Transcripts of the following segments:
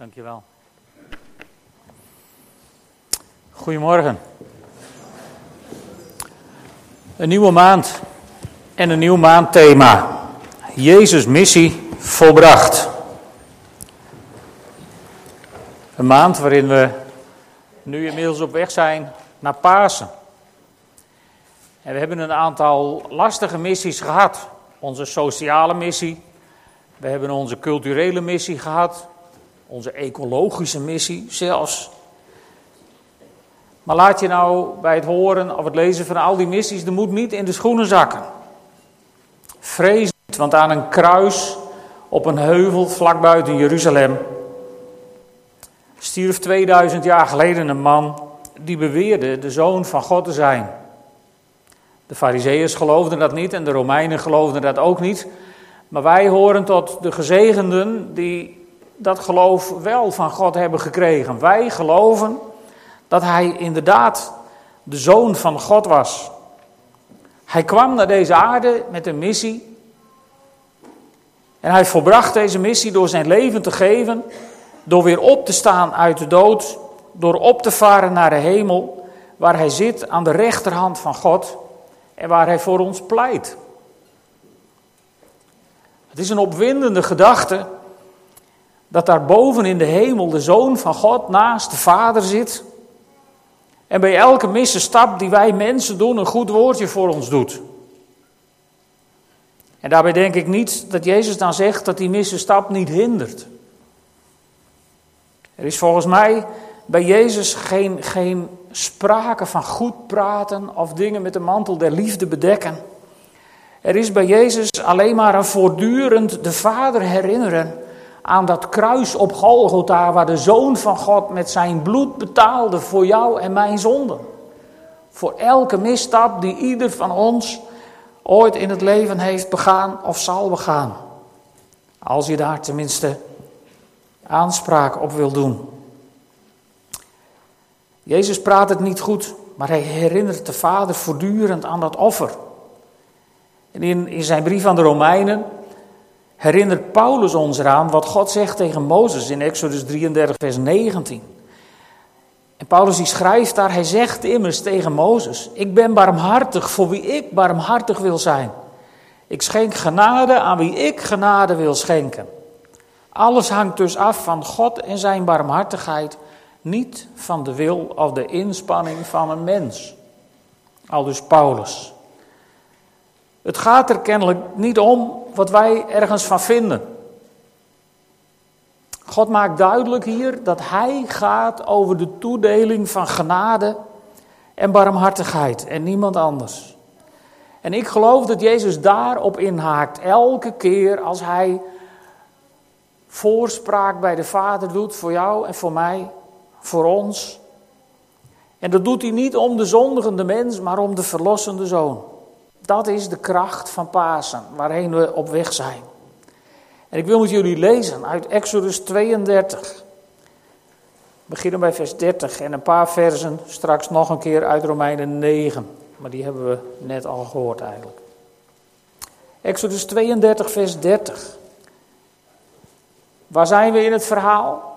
Dankjewel. Goedemorgen. Een nieuwe maand en een nieuw maandthema. Jezus' missie volbracht. Een maand waarin we nu inmiddels op weg zijn naar Pasen. En we hebben een aantal lastige missies gehad. Onze sociale missie. We hebben onze culturele missie gehad. Onze ecologische missie zelfs. Maar laat je nou bij het horen of het lezen van al die missies de moed niet in de schoenen zakken. Vrees niet, want aan een kruis op een heuvel vlak buiten Jeruzalem stierf 2000 jaar geleden een man die beweerde de zoon van God te zijn. De Farizeeërs geloofden dat niet en de Romeinen geloofden dat ook niet. Maar wij horen tot de gezegenden die dat geloof wel van God hebben gekregen. Wij geloven dat hij inderdaad de zoon van God was. Hij kwam naar deze aarde met een missie. En hij volbracht deze missie door zijn leven te geven. Door weer op te staan uit de dood. Door op te varen naar de hemel. Waar hij zit aan de rechterhand van God. En waar hij voor ons pleit. Het is een opwindende gedachte dat daar boven in de hemel de Zoon van God naast de Vader zit. En bij elke missenstap die wij mensen doen een goed woordje voor ons doet. En daarbij denk ik niet dat Jezus dan zegt dat die missenstap niet hindert. Er is volgens mij bij Jezus geen sprake van goed praten of dingen met de mantel der liefde bedekken. Er is bij Jezus alleen maar een voortdurend de Vader herinneren aan dat kruis op Golgotha waar de Zoon van God met zijn bloed betaalde voor jou en mijn zonden. Voor elke misstap die ieder van ons ooit in het leven heeft begaan of zal begaan. Als je daar tenminste aanspraak op wil doen. Jezus praat het niet goed, maar hij herinnert de Vader voortdurend aan dat offer. En in zijn brief aan de Romeinen herinnert Paulus ons eraan wat God zegt tegen Mozes in Exodus 33 vers 19. En Paulus die schrijft daar, hij zegt immers tegen Mozes: ik ben barmhartig voor wie ik barmhartig wil zijn. Ik schenk genade aan wie ik genade wil schenken. Alles hangt dus af van God en zijn barmhartigheid, niet van de wil of de inspanning van een mens. Aldus Paulus. Het gaat er kennelijk niet om wat wij ergens van vinden. God maakt duidelijk hier dat hij gaat over de toedeling van genade en barmhartigheid en niemand anders. En ik geloof dat Jezus daarop inhaakt elke keer als hij voorspraak bij de Vader doet voor jou en voor mij, voor ons. En dat doet hij niet om de zondigende mens, maar om de verlossende Zoon. Dat is de kracht van Pasen, waarheen we op weg zijn. En ik wil met jullie lezen uit Exodus 32. We beginnen bij vers 30 en een paar versen straks nog een keer uit Romeinen 9. Maar die hebben we net al gehoord eigenlijk. Exodus 32 vers 30. Waar zijn we in het verhaal?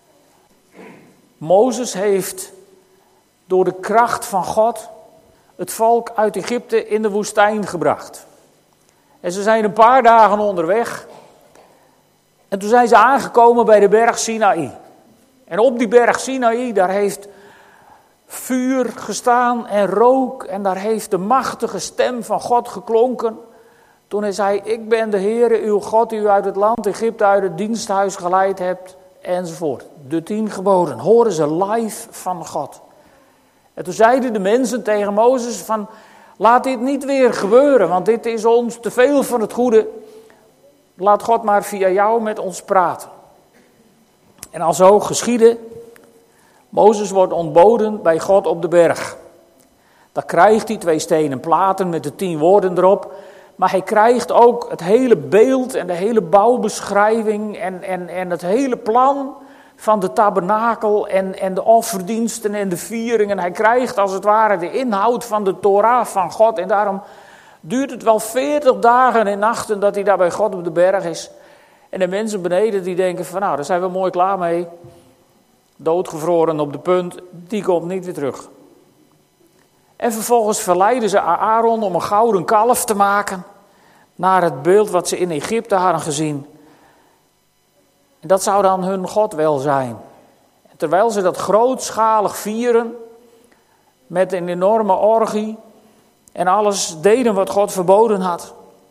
Mozes heeft door de kracht van God het volk uit Egypte in de woestijn gebracht. En ze zijn een paar dagen onderweg. En toen zijn ze aangekomen bij de berg Sinaï. En op die berg Sinaï, daar heeft vuur gestaan en rook. En daar heeft de machtige stem van God geklonken. Toen hij zei: ik ben de Heere, uw God, die u uit het land Egypte, uit het diensthuis geleid hebt. Enzovoort. De 10 geboden. Horen ze live van God. En toen zeiden de mensen tegen Mozes van: laat dit niet weer gebeuren, want dit is ons te veel van het goede. Laat God maar via jou met ons praten. En alzo geschiedde. Mozes wordt ontboden bij God op de berg. Dan krijgt hij 2 stenen platen met de 10 woorden erop. Maar hij krijgt ook het hele beeld en de hele bouwbeschrijving en het hele plan van de tabernakel en de offerdiensten en de vieringen. Hij krijgt als het ware de inhoud van de Torah van God. En daarom duurt het wel 40 dagen en nachten dat hij daar bij God op de berg is. En de mensen beneden die denken van nou, daar zijn we mooi klaar mee. Doodgevroren op de punt, die komt niet weer terug. En vervolgens verleiden ze Aaron om een gouden kalf te maken. Naar het beeld wat ze in Egypte hadden gezien. En dat zou dan hun God wel zijn. En terwijl ze dat grootschalig vieren. Met een enorme orgie. En alles deden wat God verboden had.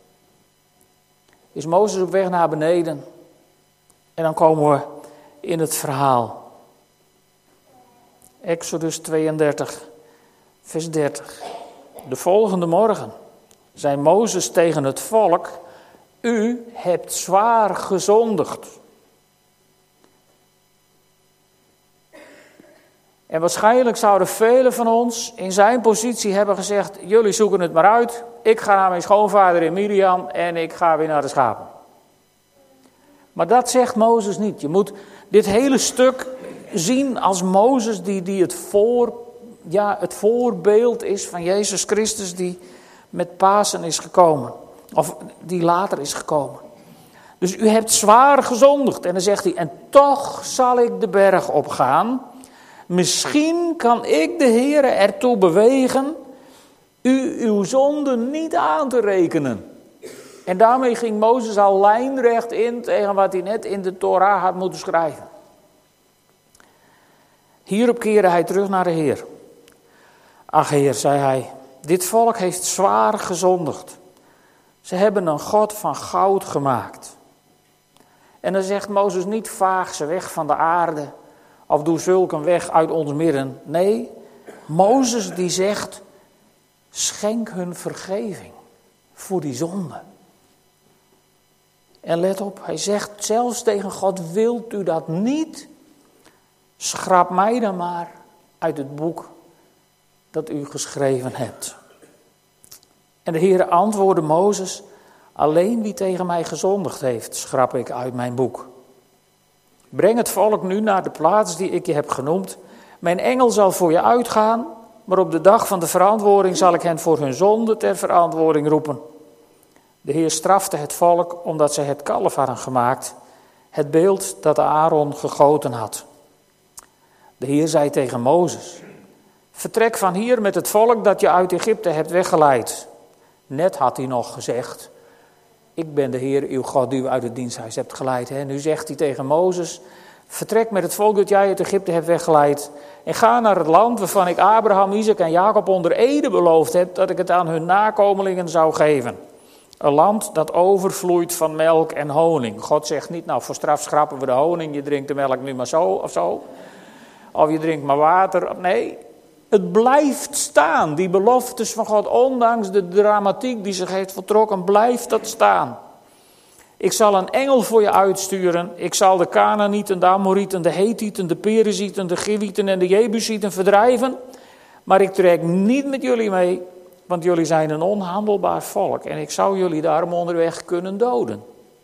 Is Mozes op weg naar beneden. En dan komen we in het verhaal. Exodus 32, vers 30. De volgende morgen zei Mozes tegen het volk: u hebt zwaar gezondigd. En waarschijnlijk zouden velen van ons in zijn positie hebben gezegd: jullie zoeken het maar uit. Ik ga naar mijn schoonvader in Midian en ik ga weer naar de schapen. Maar dat zegt Mozes niet. Je moet dit hele stuk zien als Mozes die het voorbeeld is van Jezus Christus die met Pasen is gekomen. Of die later is gekomen. Dus u hebt zwaar gezondigd. En dan zegt hij: en toch zal ik de berg opgaan. Misschien kan ik de Heere ertoe bewegen u uw zonde niet aan te rekenen. En daarmee ging Mozes al lijnrecht in tegen wat hij net in de Torah had moeten schrijven. Hierop keerde hij terug naar de Heer. Ach Heer, zei hij, dit volk heeft zwaar gezondigd. Ze hebben een God van goud gemaakt. En dan zegt Mozes niet: vaag ze weg van de aarde. Of doe zulk een weg uit ons midden. Nee, Mozes die zegt: schenk hun vergeving voor die zonde. En let op, hij zegt zelfs tegen God: wilt u dat niet? Schrap mij dan maar uit het boek dat u geschreven hebt. En de Heere antwoordde Mozes: alleen wie tegen mij gezondigd heeft, schrap ik uit mijn boek. Breng het volk nu naar de plaats die ik je heb genoemd. Mijn engel zal voor je uitgaan, maar op de dag van de verantwoording zal ik hen voor hun zonde ter verantwoording roepen. De Heer strafte het volk omdat zij het kalf hadden gemaakt, het beeld dat Aaron gegoten had. De Heer zei tegen Mozes: vertrek van hier met het volk dat je uit Egypte hebt weggeleid. Net had hij nog gezegd: ik ben de Heer uw God die u uit het diensthuis hebt geleid. Nu zegt hij tegen Mozes: vertrek met het volk dat jij uit Egypte hebt weggeleid. En ga naar het land waarvan ik Abraham, Isaac en Jacob onder ede beloofd heb dat ik het aan hun nakomelingen zou geven. Een land dat overvloeit van melk en honing. God zegt niet: nou, voor straf schrappen we de honing, je drinkt de melk nu maar zo of zo. Of je drinkt maar water. Nee, het blijft staan. Die beloftes van God, ondanks de dramatiek die zich heeft voltrokken, blijft dat staan. Ik zal een engel voor je uitsturen. Ik zal de Kanaanieten, de Amorieten, de Hethieten, de Perizieten, de Gewieten en de Jebusieten verdrijven. Maar ik trek niet met jullie mee, want jullie zijn een onhandelbaar volk. En ik zou jullie daarom onderweg kunnen doden.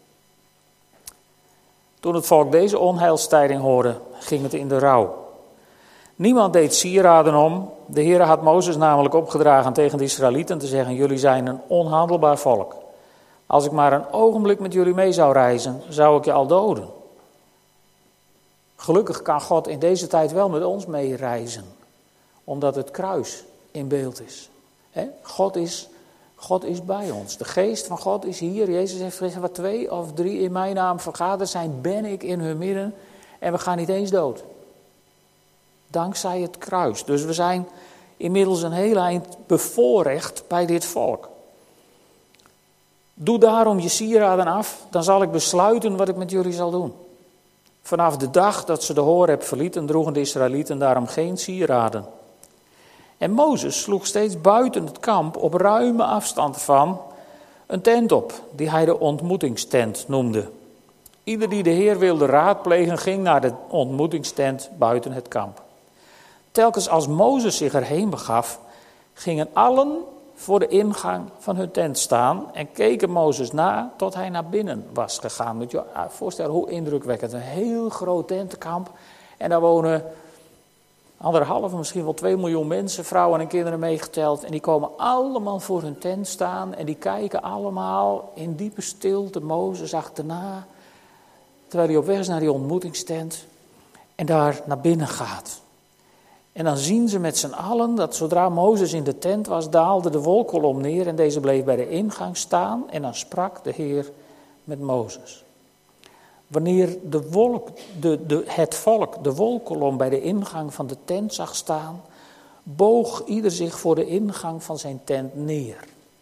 Toen het volk deze onheilstijding hoorde, ging het in de rouw. Niemand deed sieraden om. De Heer had Mozes namelijk opgedragen tegen de Israëlieten te zeggen: jullie zijn een onhandelbaar volk. Als ik maar een ogenblik met jullie mee zou reizen, zou ik je al doden. Gelukkig kan God in deze tijd wel met ons meereizen, omdat het kruis in beeld is. God is bij ons. De geest van God is hier. Jezus heeft gezegd: waar 2 of 3 in mijn naam vergaderd zijn, ben ik in hun midden. En we gaan niet eens dood. Dankzij het kruis. Dus we zijn inmiddels een heel eind bevoorrecht bij dit volk. Doe daarom je sieraden af, dan zal ik besluiten wat ik met jullie zal doen. Vanaf de dag dat ze de Horeb verlieten, droegen de Israëlieten daarom geen sieraden. En Mozes sloeg steeds buiten het kamp op ruime afstand van een tent op, die hij de ontmoetingstent noemde. Ieder die de Heer wilde raadplegen, ging naar de ontmoetingstent buiten het kamp. Telkens als Mozes zich erheen begaf, gingen allen voor de ingang van hun tent staan en keken Mozes na tot hij naar binnen was gegaan. Moet je je voorstellen hoe indrukwekkend. Een heel groot tentenkamp en daar wonen 1,5, misschien wel 2 miljoen mensen, vrouwen en kinderen meegeteld. En die komen allemaal voor hun tent staan en die kijken allemaal in diepe stilte Mozes achterna. terwijl hij op weg is naar die ontmoetingstent en daar naar binnen gaat. En dan zien ze met z'n allen dat zodra Mozes in de tent was, daalde de wolkolom neer en deze bleef bij de ingang staan en dan sprak de Heer met Mozes. Wanneer het volk de wolkolom bij de ingang van de tent zag staan, boog ieder zich voor de ingang van zijn tent neer.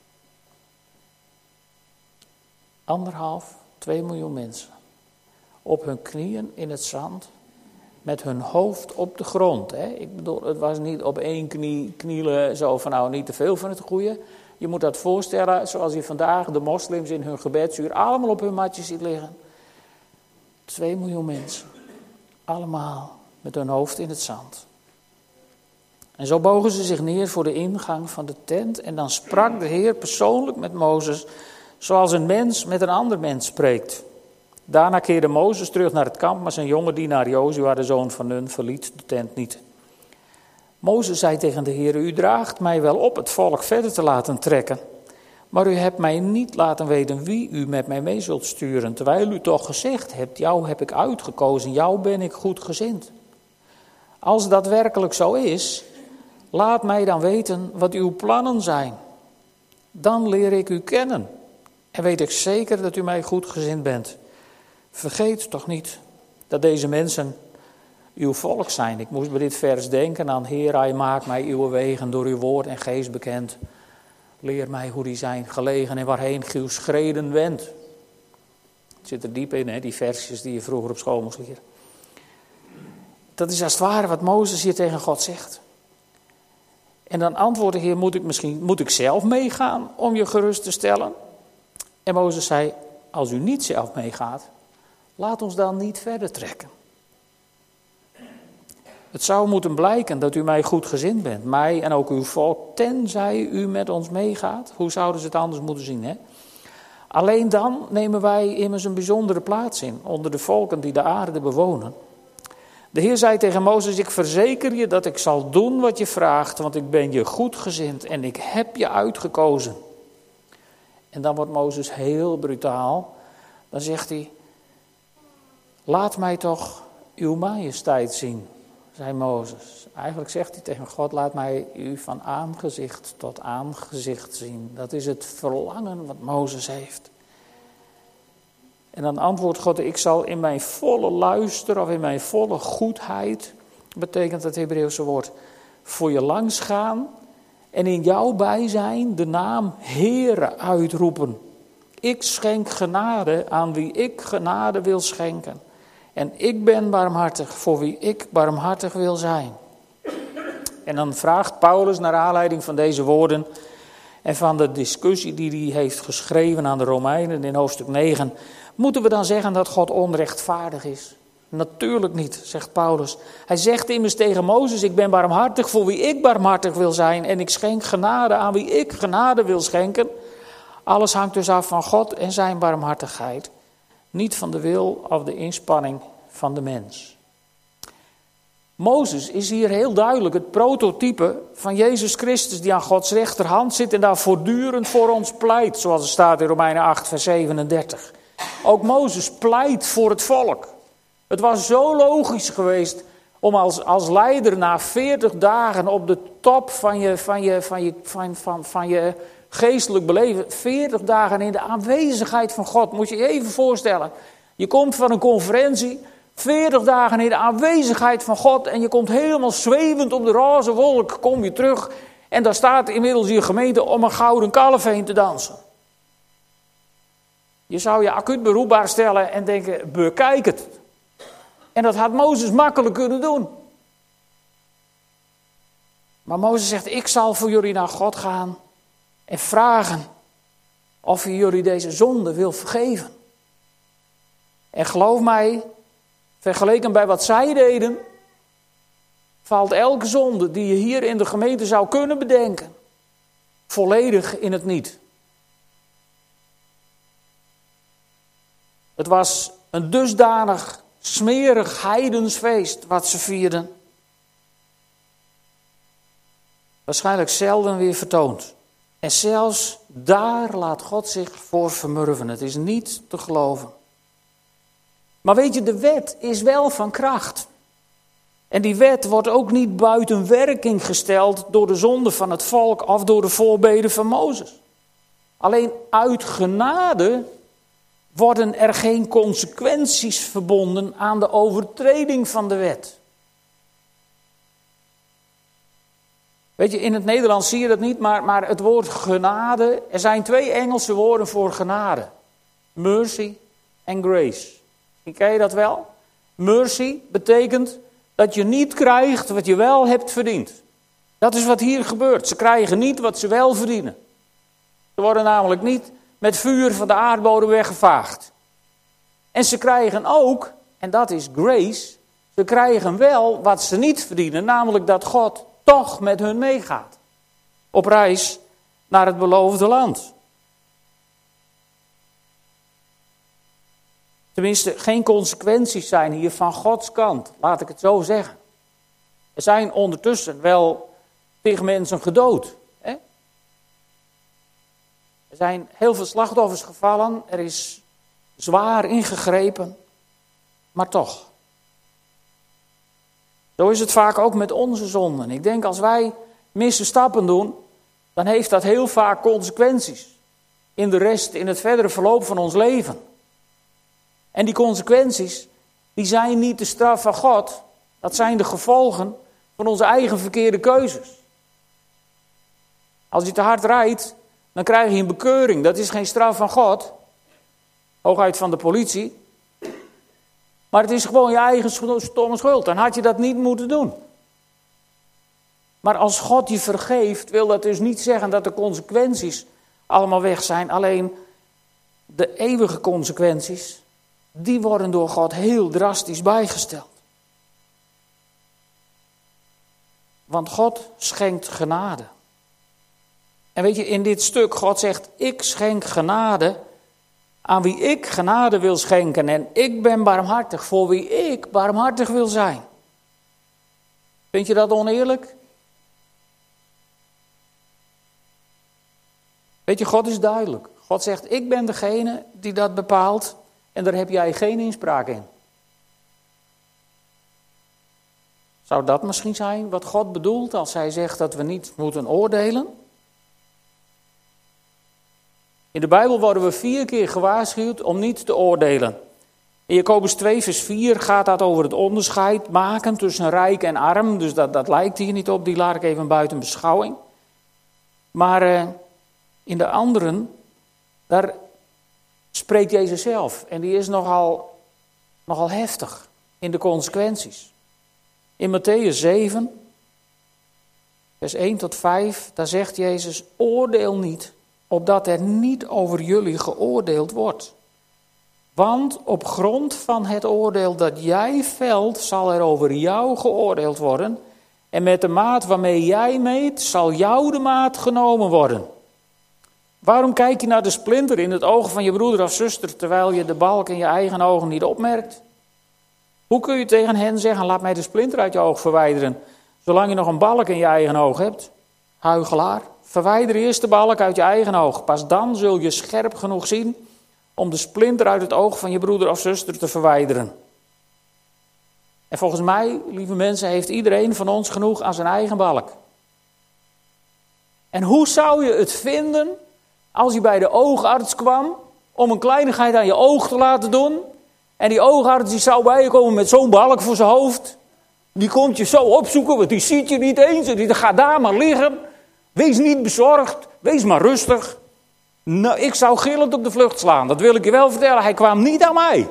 2 miljoen mensen op hun knieën in het zand, met hun hoofd op de grond. Hè? Ik bedoel, het was niet op één knie knielen, zo van nou niet te veel van het goede. Je moet dat voorstellen zoals je vandaag de moslims in hun gebedsuur allemaal op hun matjes ziet liggen. 2 miljoen mensen, allemaal met hun hoofd in het zand. En zo bogen ze zich neer voor de ingang van de tent en dan sprak de Heer persoonlijk met Mozes, zoals een mens met een ander mens spreekt. Daarna keerde Mozes terug naar het kamp, maar zijn jonge dienaar Jozua, de zoon van Nun, verliet de tent niet. Mozes zei tegen de Heer, u draagt mij wel op het volk verder te laten trekken, maar u hebt mij niet laten weten wie u met mij mee zult sturen, terwijl u toch gezegd hebt, jou heb ik uitgekozen, jou ben ik goedgezind. Als dat werkelijk zo is, laat mij dan weten wat uw plannen zijn. Dan leer ik u kennen en weet ik zeker dat u mij goedgezind bent. Vergeet toch niet dat deze mensen uw volk zijn. Ik moest bij dit vers denken aan Heer, hij maakt mij uw wegen door uw woord en geest bekend. Leer mij hoe die zijn gelegen en waarheen uw schreden wendt. Het zit er diep in, hè, die versjes die je vroeger op school moest leren. Dat is als het ware wat Mozes hier tegen God zegt. En dan antwoordt de Heer, moet ik zelf meegaan om je gerust te stellen? En Mozes zei, als u niet zelf meegaat, laat ons dan niet verder trekken. Het zou moeten blijken dat u mij goedgezind bent, mij en ook uw volk, tenzij u met ons meegaat. Hoe zouden ze het anders moeten zien, hè? Alleen dan nemen wij immers een bijzondere plaats in, onder de volken die de aarde bewonen. De Heer zei tegen Mozes, ik verzeker je dat ik zal doen wat je vraagt, want ik ben je goedgezind en ik heb je uitgekozen. En dan wordt Mozes heel brutaal. Dan zegt hij, laat mij toch uw majesteit zien, zei Mozes. Eigenlijk zegt hij tegen God, laat mij u van aangezicht tot aangezicht zien. Dat is het verlangen wat Mozes heeft. En dan antwoordt God, ik zal in mijn volle luister of in mijn volle goedheid, betekent het Hebreeuwse woord, voor je langs gaan en in jouw bijzijn de naam Heere uitroepen. Ik schenk genade aan wie ik genade wil schenken. En ik ben barmhartig voor wie ik barmhartig wil zijn. En dan vraagt Paulus naar aanleiding van deze woorden en van de discussie die hij heeft geschreven aan de Romeinen in hoofdstuk 9... moeten we dan zeggen dat God onrechtvaardig is? Natuurlijk niet, zegt Paulus. Hij zegt immers tegen Mozes, ik ben barmhartig voor wie ik barmhartig wil zijn en ik schenk genade aan wie ik genade wil schenken. Alles hangt dus af van God en zijn barmhartigheid, niet van de wil of de inspanning van de mens. Mozes is hier heel duidelijk het prototype van Jezus Christus die aan Gods rechterhand zit en daar voortdurend voor ons pleit, zoals het staat in Romeinen 8 vers 37. Ook Mozes pleit voor het volk. Het was zo logisch geweest om als leider na 40 dagen op de top van je geestelijk beleven, 40 dagen in de aanwezigheid van God, moet je je even voorstellen. Je komt van een conferentie, 40 dagen in de aanwezigheid van God en je komt helemaal zwevend op de roze wolk, kom je terug en daar staat inmiddels je gemeente om een gouden kalf heen te dansen. Je zou je acuut beroepbaar stellen en denken, bekijk het. En dat had Mozes makkelijk kunnen doen. Maar Mozes zegt, ik zal voor jullie naar God gaan en vragen of hij jullie deze zonde wil vergeven. En geloof mij, vergeleken bij wat zij deden, valt elke zonde die je hier in de gemeente zou kunnen bedenken, volledig in het niet. Het was een dusdanig smerig heidensfeest wat ze vierden. Waarschijnlijk zelden weer vertoond. En zelfs daar laat God zich voor vermurven. Het is niet te geloven. Maar weet je, de wet is wel van kracht. En die wet wordt ook niet buiten werking gesteld door de zonde van het volk of door de voorbeden van Mozes. Alleen uit genade worden er geen consequenties verbonden aan de overtreding van de wet. Weet je, in het Nederlands zie je dat niet, maar het woord genade, er zijn 2 Engelse woorden voor genade. Mercy en grace. Ken je dat wel? Mercy betekent dat je niet krijgt wat je wel hebt verdiend. Dat is wat hier gebeurt. Ze krijgen niet wat ze wel verdienen. Ze worden namelijk niet met vuur van de aardbodem weggevaagd. En ze krijgen ook, en dat is grace, ze krijgen wel wat ze niet verdienen, namelijk dat God toch met hun meegaat. Op reis naar het beloofde land. Tenminste, geen consequenties zijn hier van Gods kant, laat ik het zo zeggen. Er zijn ondertussen wel tegen mensen gedood. Hè? Er zijn heel veel slachtoffers gevallen, er is zwaar ingegrepen, maar toch. Zo is het vaak ook met onze zonden. Ik denk als wij misstappen doen, dan heeft dat heel vaak consequenties. In de rest, in het verdere verloop van ons leven. En die consequenties, die zijn niet de straf van God. Dat zijn de gevolgen van onze eigen verkeerde keuzes. Als je te hard rijdt, dan krijg je een bekeuring. Dat is geen straf van God. Hooguit van de politie. Maar het is gewoon je eigen stomme schuld. Dan had je dat niet moeten doen. Maar als God je vergeeft, wil dat dus niet zeggen dat de consequenties allemaal weg zijn. Alleen de eeuwige consequenties, die worden door God heel drastisch bijgesteld. Want God schenkt genade. En weet je, in dit stuk, God zegt, ik schenk genade aan wie ik genade wil schenken. En ik ben barmhartig voor wie ik barmhartig wil zijn. Vind je dat oneerlijk? Weet je, God is duidelijk. God zegt, ik ben degene die dat bepaalt en daar heb jij geen inspraak in. Zou dat misschien zijn wat God bedoelt als hij zegt dat we niet moeten oordelen? In de Bijbel worden we 4 keer gewaarschuwd om niet te oordelen. In Jacobus 2 vers 4 gaat dat over het onderscheid maken tussen rijk en arm. Dus dat lijkt hier niet op, die laat ik even buiten beschouwing. Maar in de anderen, daar spreekt Jezus zelf. En die is nogal heftig in de consequenties. In Mattheüs 7, vers 1 tot 5, daar zegt Jezus, oordeel niet, opdat er niet over jullie geoordeeld wordt. Want op grond van het oordeel dat jij velt, zal er over jou geoordeeld worden. En met de maat waarmee jij meet, zal jou de maat genomen worden. Waarom kijk je naar de splinter in het oog van je broeder of zuster, terwijl je de balk in je eigen ogen niet opmerkt? Hoe kun je tegen hen zeggen, laat mij de splinter uit je oog verwijderen, zolang je nog een balk in je eigen oog hebt? Huichelaar, verwijder eerst de balk uit je eigen oog. Pas dan zul je scherp genoeg zien om de splinter uit het oog van je broeder of zuster te verwijderen. En volgens mij, lieve mensen, heeft iedereen van ons genoeg aan zijn eigen balk. En hoe zou je het vinden als je bij de oogarts kwam om een kleinigheid aan je oog te laten doen? En die oogarts die zou bij je komen met zo'n balk voor zijn hoofd. Die komt je zo opzoeken, want die ziet je niet eens. En die gaat daar maar liggen. Wees niet bezorgd, wees maar rustig. Nou, ik zou gillend op de vlucht slaan, dat wil ik je wel vertellen. Hij kwam niet aan mij.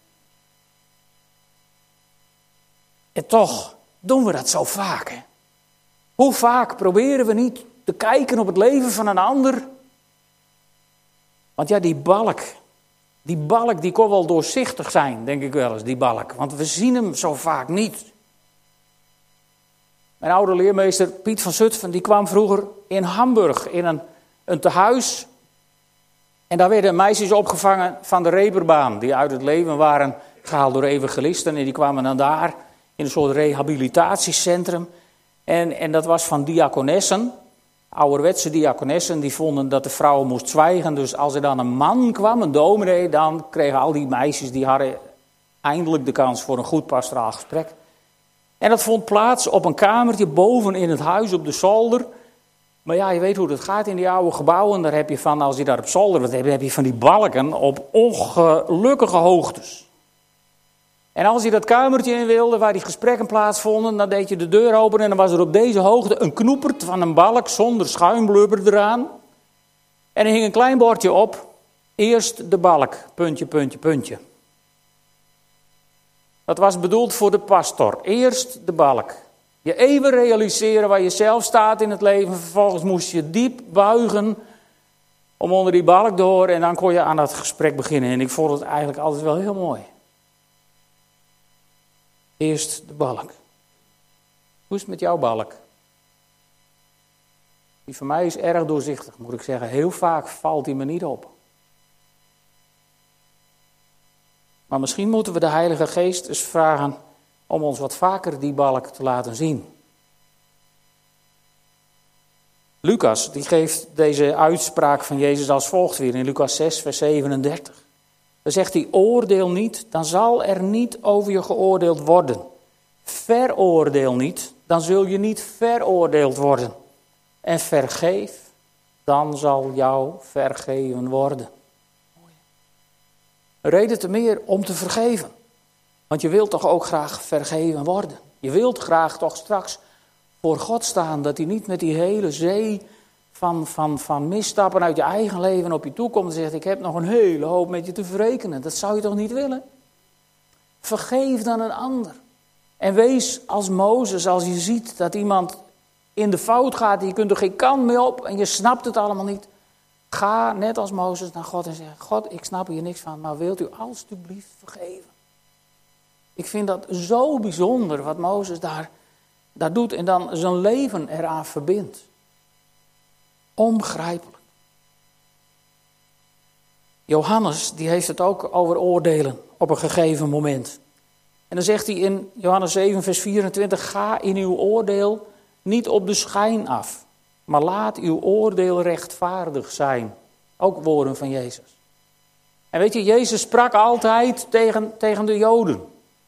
En toch doen we dat zo vaak. Hè? Hoe vaak proberen we niet te kijken op het leven van een ander? Want ja, die balk die kon wel doorzichtig zijn, denk ik wel eens, die balk. Want we zien hem zo vaak niet. Mijn oude leermeester Piet van Zutphen, die kwam vroeger in Hamburg in een tehuis. En daar werden meisjes opgevangen van de Reeperbaan, die uit het leven waren gehaald door evangelisten. En die kwamen dan daar in een soort rehabilitatiecentrum. En dat was van diakonessen, ouderwetse diakonessen, die vonden dat de vrouw moest zwijgen. Dus als er dan een man kwam, een dominee, dan kregen al die meisjes, die hadden Eindelijk de kans voor een goed pastoraal gesprek. En dat vond plaats op een kamertje boven in het huis op de zolder. Maar ja, je weet hoe dat gaat in die oude gebouwen. Daar heb je van, als je daar op zolder wat hebt, heb je van die balken op ongelukkige hoogtes. En als je dat kamertje in wilde, waar die gesprekken plaatsvonden, dan deed je de deur open en dan was er op deze hoogte een knoepert van een balk zonder schuimblubber eraan. En er hing een klein bordje op, eerst de balk, puntje, puntje, puntje. Dat was bedoeld voor de pastor, eerst de balk. Je even realiseren waar je zelf staat in het leven, vervolgens moest je diep buigen om onder die balk door en dan kon je aan dat gesprek beginnen. En ik vond het eigenlijk altijd wel heel mooi. Eerst de balk. Hoe is het met jouw balk? Die van mij is erg doorzichtig, moet ik zeggen. Heel vaak valt die me niet op. Maar misschien moeten we de Heilige Geest eens vragen om ons wat vaker die balk te laten zien. Lucas, die geeft deze uitspraak van Jezus als volgt weer in Lucas 6, vers 37. Dan zegt hij, oordeel niet, dan zal er niet over je geoordeeld worden. Veroordeel niet, dan zul je niet veroordeeld worden. En vergeef, dan zal jou vergeven worden. Een reden te meer om te vergeven. Want je wilt toch ook graag vergeven worden. Je wilt graag toch straks voor God staan, dat hij niet met die hele zee van misstappen uit je eigen leven op je toe komt en zegt, ik heb nog een hele hoop met je te verrekenen. Dat zou je toch niet willen? Vergeef dan een ander. En wees als Mozes, als je ziet dat iemand in de fout gaat, je kunt er geen kant mee op en je snapt het allemaal niet. Ga net als Mozes naar God en zeg, God, ik snap hier niks van, maar wilt u alstublieft vergeven? Ik vind dat zo bijzonder wat Mozes daar doet en dan zijn leven eraan verbindt. Onbegrijpelijk. Johannes, die heeft het ook over oordelen op een gegeven moment. En dan zegt hij in Johannes 7, vers 24, ga in uw oordeel niet op de schijn af, maar laat uw oordeel rechtvaardig zijn. Ook woorden van Jezus. En weet je, Jezus sprak altijd tegen de Joden.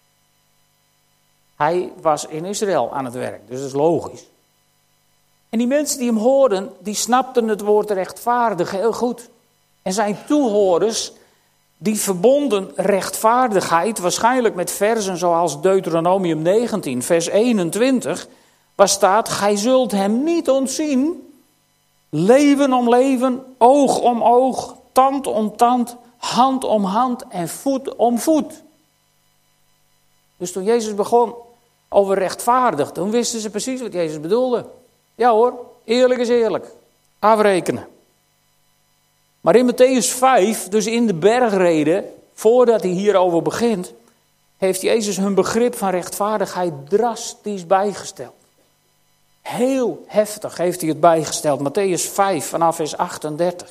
Hij was in Israël aan het werk, dus dat is logisch. En die mensen die hem hoorden, die snapten het woord rechtvaardig heel goed. En zijn toehoorders, die verbonden rechtvaardigheid, waarschijnlijk met versen zoals Deuteronomium 19, vers 21, waar staat, gij zult hem niet ontzien, leven om leven, oog om oog, tand om tand, hand om hand en voet om voet. Dus toen Jezus begon over rechtvaardig, toen wisten ze precies wat Jezus bedoelde. Ja hoor, eerlijk is eerlijk. Afrekenen. Maar in Mattheüs 5, dus in de bergrede, voordat hij hierover begint, heeft Jezus hun begrip van rechtvaardigheid drastisch bijgesteld. Heel heftig heeft hij het bijgesteld. Mattheüs 5 vanaf vers 38.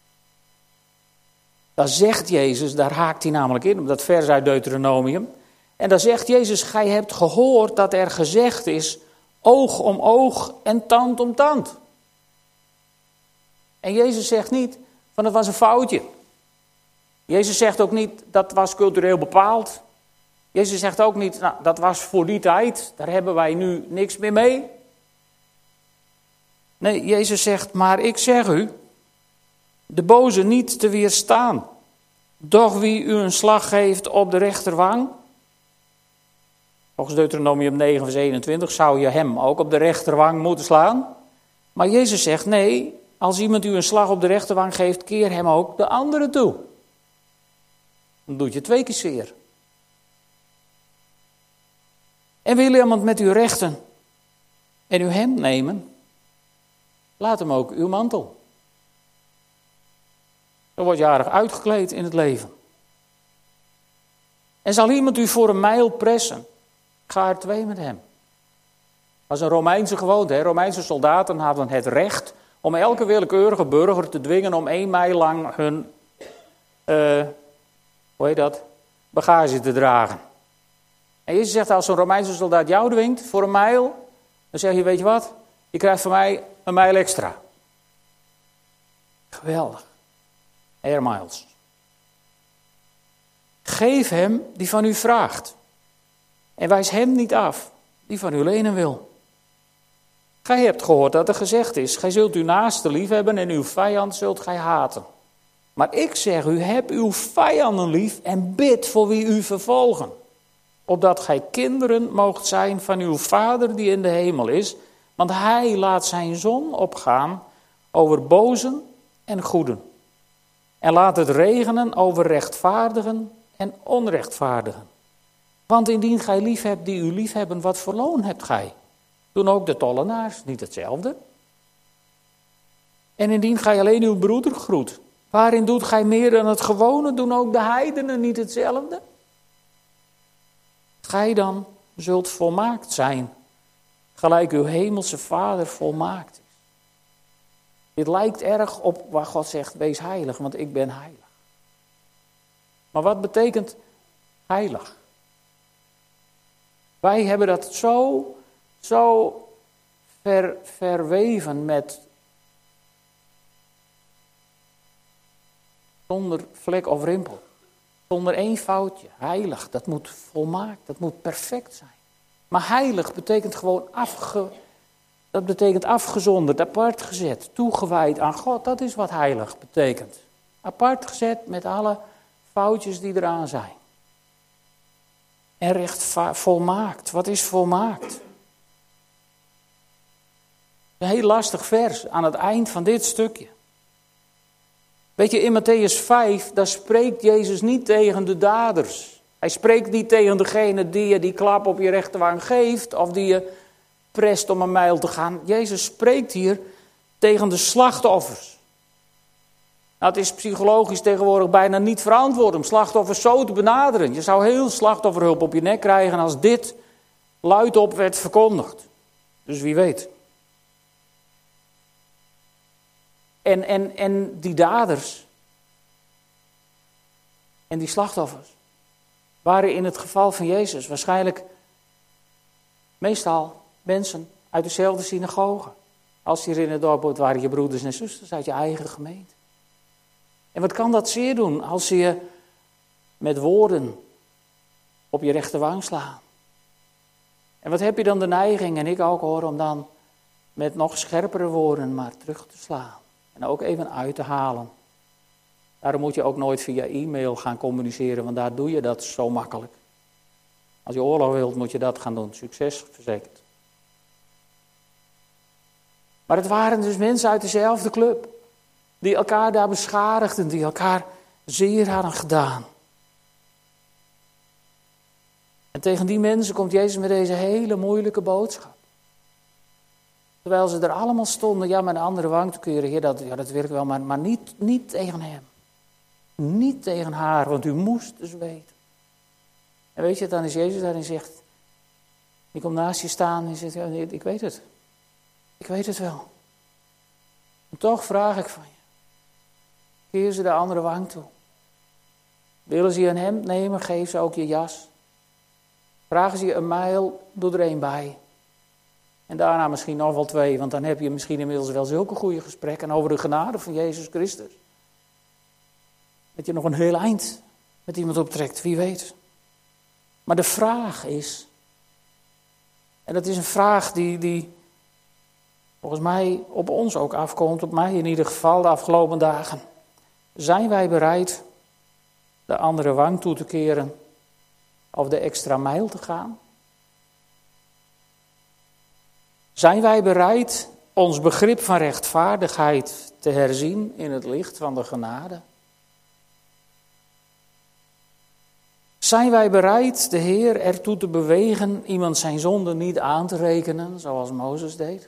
Daar zegt Jezus, daar haakt hij namelijk in, op dat vers uit Deuteronomium. En daar zegt Jezus, gij hebt gehoord dat er gezegd is, oog om oog en tand om tand. En Jezus zegt niet, van het was een foutje. Jezus zegt ook niet, dat was cultureel bepaald. Jezus zegt ook niet, nou, dat was voor die tijd, daar hebben wij nu niks meer mee. Nee, Jezus zegt, maar ik zeg u, de boze niet te weerstaan. Doch wie u een slag geeft op de rechterwang, volgens Deuteronomium 9 vers 21 zou je hem ook op de rechterwang moeten slaan. Maar Jezus zegt, nee, als iemand u een slag op de rechterwang geeft, keer hem ook de andere toe. Dan doet je 2 keer zeer. En wil iemand met u rechten en uw hemd nemen, laat hem ook uw mantel. Dan word je aardig uitgekleed in het leven. En zal iemand u voor een mijl pressen, ga er 2 met hem. Dat was een Romeinse gewoonte. Hè? Romeinse soldaten hadden het recht om elke willekeurige burger te dwingen om 1 mijl lang hun bagage te dragen. En Jezus zegt, als zo'n Romeinse soldaat jou dwingt voor een mijl, dan zeg je, weet je wat, je krijgt van mij een mijl extra. Geweldig. Air miles. Geef hem die van u vraagt. En wijs hem niet af die van u lenen wil. Gij hebt gehoord dat er gezegd is, gij zult uw naaste liefhebben en uw vijand zult gij haten. Maar ik zeg u, heb uw vijanden lief en bid voor wie u vervolgen. Opdat gij kinderen moogt zijn van uw Vader die in de hemel is. Want hij laat zijn zon opgaan over bozen en goeden. En laat het regenen over rechtvaardigen en onrechtvaardigen. Want indien gij lief hebt die u lief hebben, wat voor loon hebt gij? Doen ook de tollenaars niet hetzelfde? En indien gij alleen uw broeder groet, waarin doet gij meer dan het gewone? Doen ook de heidenen niet hetzelfde? Gij dan zult volmaakt zijn, gelijk uw hemelse Vader volmaakt is. Dit lijkt erg op waar God zegt, wees heilig, want ik ben heilig. Maar wat betekent heilig? Wij hebben dat zo verweven met zonder vlek of rimpel. Zonder één foutje. Heilig, dat moet volmaakt, dat moet perfect zijn. Maar heilig betekent gewoon dat betekent afgezonderd, apart gezet, toegewijd aan God. Dat is wat heilig betekent. Apart gezet met alle foutjes die eraan zijn. En volmaakt. Wat is volmaakt? Een heel lastig vers aan het eind van dit stukje. Weet je, in Mattheüs 5, daar spreekt Jezus niet tegen de daders. Hij spreekt niet tegen degene die je die klap op je rechterwang geeft of die je prest om een mijl te gaan. Jezus spreekt hier tegen de slachtoffers. Nou, het is psychologisch tegenwoordig bijna niet verantwoord om slachtoffers zo te benaderen. Je zou heel slachtofferhulp op je nek krijgen als dit luidop werd verkondigd. Dus wie weet. En die daders en die slachtoffers waren in het geval van Jezus waarschijnlijk meestal mensen uit dezelfde synagoge. Als je er in het dorp woont, waren je broeders en zusters uit je eigen gemeente. En wat kan dat zeer doen als ze je met woorden op je rechterwang slaan? En wat heb je dan de neiging, en ik ook hoor, om dan met nog scherpere woorden maar terug te slaan. En ook even uit te halen. Daarom moet je ook nooit via e-mail gaan communiceren, want daar doe je dat zo makkelijk. Als je oorlog wilt, moet je dat gaan doen. Succes verzekerd. Maar het waren dus mensen uit dezelfde club. Die elkaar daar beschadigden, die elkaar zeer hadden gedaan. En tegen die mensen komt Jezus met deze hele moeilijke boodschap. Terwijl ze er allemaal stonden, ja, met een andere wang te keuren. Heer, dat werkt wel, maar niet tegen hem. Niet tegen haar, want u moest dus weten. En weet je, dan is Jezus daarin zegt, die komt naast je staan en zegt, ja, ik weet het. Ik weet het wel. En toch vraag ik van je. Keer ze de andere wang toe. Willen ze je een hemd nemen, geef ze ook je jas. Vragen ze je een mijl, doe er één bij. En daarna misschien nog wel 2, want dan heb je misschien inmiddels wel zulke goede gesprekken over de genade van Jezus Christus. Dat je nog een heel eind met iemand optrekt, wie weet. Maar de vraag is, en dat is een vraag die volgens mij op ons ook afkomt, op mij in ieder geval de afgelopen dagen. Zijn wij bereid de andere wang toe te keren of de extra mijl te gaan? Zijn wij bereid ons begrip van rechtvaardigheid te herzien in het licht van de genade? Zijn wij bereid de Heer ertoe te bewegen iemand zijn zonde niet aan te rekenen, zoals Mozes deed?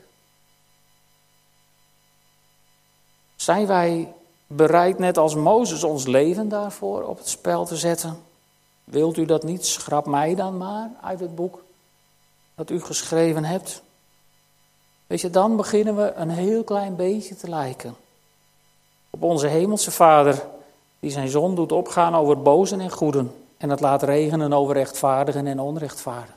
Zijn wij bereid, net als Mozes, ons leven daarvoor op het spel te zetten? Wilt u dat niet? Schrap mij dan maar uit het boek dat u geschreven hebt. Weet je, dan beginnen we een heel klein beetje te lijken op onze hemelse Vader, die zijn zon doet opgaan over bozen en goeden en het laat regenen over rechtvaardigen en onrechtvaardigen.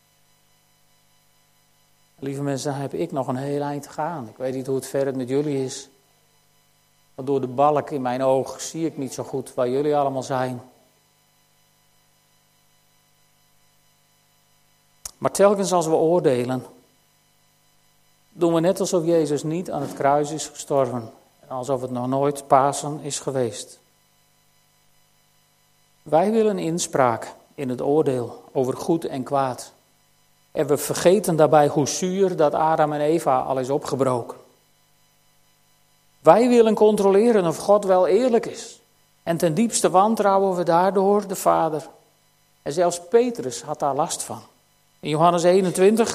Lieve mensen, dan heb ik nog een heel eind te gaan. Ik weet niet hoe het verder met jullie is. Want door de balk in mijn oog zie ik niet zo goed waar jullie allemaal zijn. Maar telkens als we oordelen, doen we net alsof Jezus niet aan het kruis is gestorven. Alsof het nog nooit Pasen is geweest. Wij willen inspraak in het oordeel over goed en kwaad. En we vergeten daarbij hoe zuur dat Adam en Eva al is opgebroken. Wij willen controleren of God wel eerlijk is. En ten diepste wantrouwen we daardoor de Vader. En zelfs Petrus had daar last van. In Johannes 21,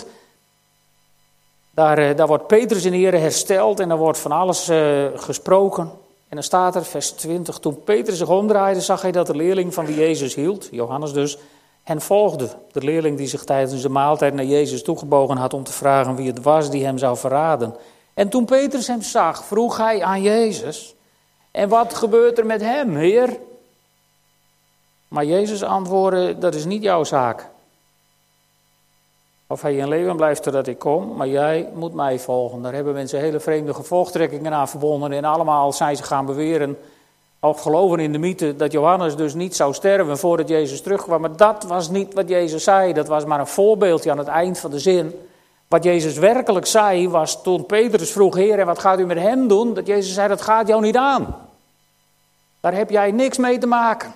daar wordt Petrus in de Here hersteld en er wordt van alles gesproken. En dan staat er, vers 20, toen Petrus zich omdraaide, zag hij dat de leerling van wie Jezus hield, Johannes dus, hen volgde. De leerling die zich tijdens de maaltijd naar Jezus toegebogen had om te vragen wie het was die hem zou verraden. En toen Petrus hem zag, vroeg hij aan Jezus, en wat gebeurt er met hem, Heer? Maar Jezus antwoordde, dat is niet jouw zaak. Of hij in leven blijft totdat ik kom, maar jij moet mij volgen. Daar hebben mensen hele vreemde gevolgtrekkingen aan verbonden. En allemaal zijn ze gaan beweren, ook geloven in de mythe, dat Johannes dus niet zou sterven voordat Jezus terugkwam. Maar dat was niet wat Jezus zei. Dat was maar een voorbeeldje aan het eind van de zin. Wat Jezus werkelijk zei was toen Petrus vroeg, Heer, en wat gaat u met hem doen? Dat Jezus zei, dat gaat jou niet aan. Daar heb jij niks mee te maken.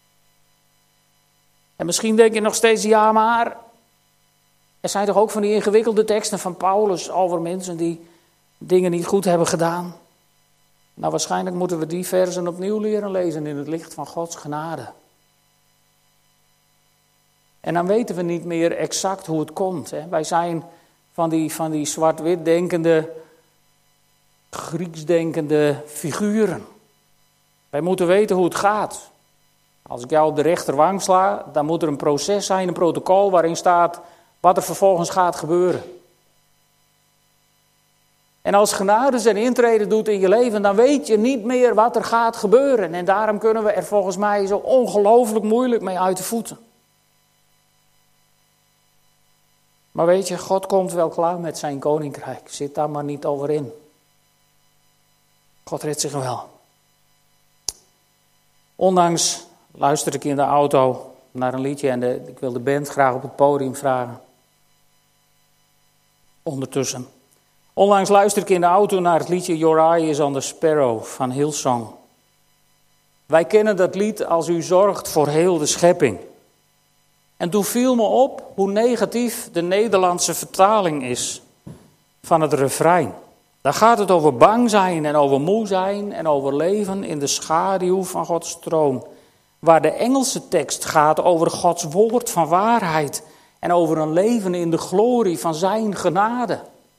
En misschien denk je nog steeds, ja maar, er zijn toch ook van die ingewikkelde teksten van Paulus over mensen die dingen niet goed hebben gedaan. Nou, waarschijnlijk moeten we die versen opnieuw leren lezen in het licht van Gods genade. En dan weten we niet meer exact hoe het komt. Hè. Wij zijn van die zwart-wit denkende, Grieks denkende figuren. Wij moeten weten hoe het gaat. Als ik jou op de rechterwang sla, dan moet er een proces zijn, een protocol waarin staat wat er vervolgens gaat gebeuren. En als genade zijn intrede doet in je leven, dan weet je niet meer wat er gaat gebeuren. En daarom kunnen we er volgens mij zo ongelooflijk moeilijk mee uit de voeten. Maar weet je, God komt wel klaar met zijn koninkrijk. Zit daar maar niet over in. God redt zich wel. Ondanks luisterde ik in de auto naar een liedje en ik wil de band graag op het podium vragen. Ondertussen. Onlangs luisterde ik in de auto naar het liedje Your Eye is on the Sparrow van Hillsong. Wij kennen dat lied als u zorgt voor heel de schepping. En toen viel me op hoe negatief de Nederlandse vertaling is van het refrein. Daar gaat het over bang zijn en over moe zijn en over leven in de schaduw van Gods troon. Waar de Engelse tekst gaat over Gods woord van waarheid en over een leven in de glorie van zijn genade.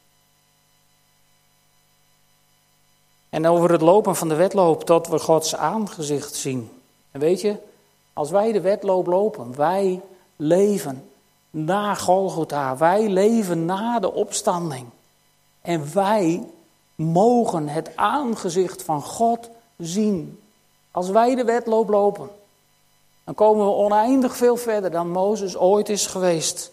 En over het lopen van de wedloop tot we Gods aangezicht zien. En weet je, als wij de wedloop lopen, wij leven na Golgotha, wij leven na de opstanding. En wij mogen het aangezicht van God zien. Als wij de wedloop lopen, dan komen we oneindig veel verder dan Mozes ooit is geweest.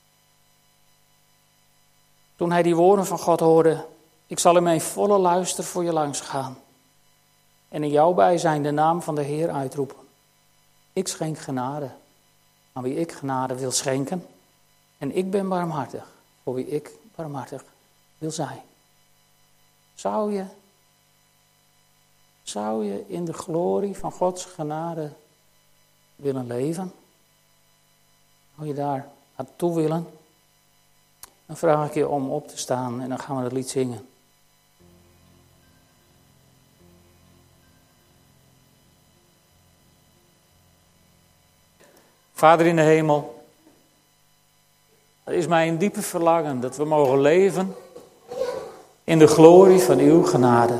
Toen hij die woorden van God hoorde, ik zal in mijn volle luister voor je langs gaan. En in jouw bijzijn de naam van de Heer uitroepen. Ik schenk genade aan wie ik genade wil schenken. En ik ben barmhartig voor wie ik barmhartig wil zijn. Zou je in de glorie van Gods genade willen leven? Zou je daar naartoe willen? Dan vraag ik je om op te staan en dan gaan we het lied zingen. Vader in de hemel, het is mij een diepe verlangen dat we mogen leven in de glorie van uw genade.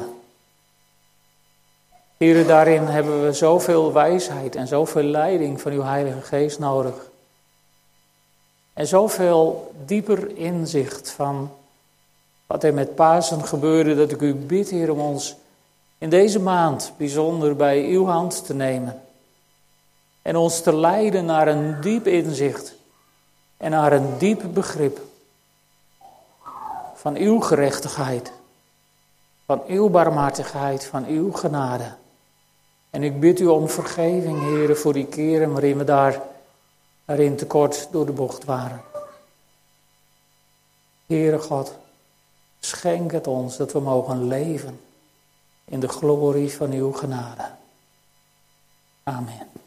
Here, daarin hebben we zoveel wijsheid en zoveel leiding van uw Heilige Geest nodig. En zoveel dieper inzicht van wat er met Pasen gebeurde, dat ik u bid, Heer, om ons in deze maand bijzonder bij uw hand te nemen. En ons te leiden naar een diep inzicht en naar een diep begrip van uw gerechtigheid, van uw barmhartigheid, van uw genade. En ik bid u om vergeving, Heer, voor die keren waarin we daarin tekort door de bocht waren. Heere God, schenk het ons dat we mogen leven in de glorie van uw genade. Amen.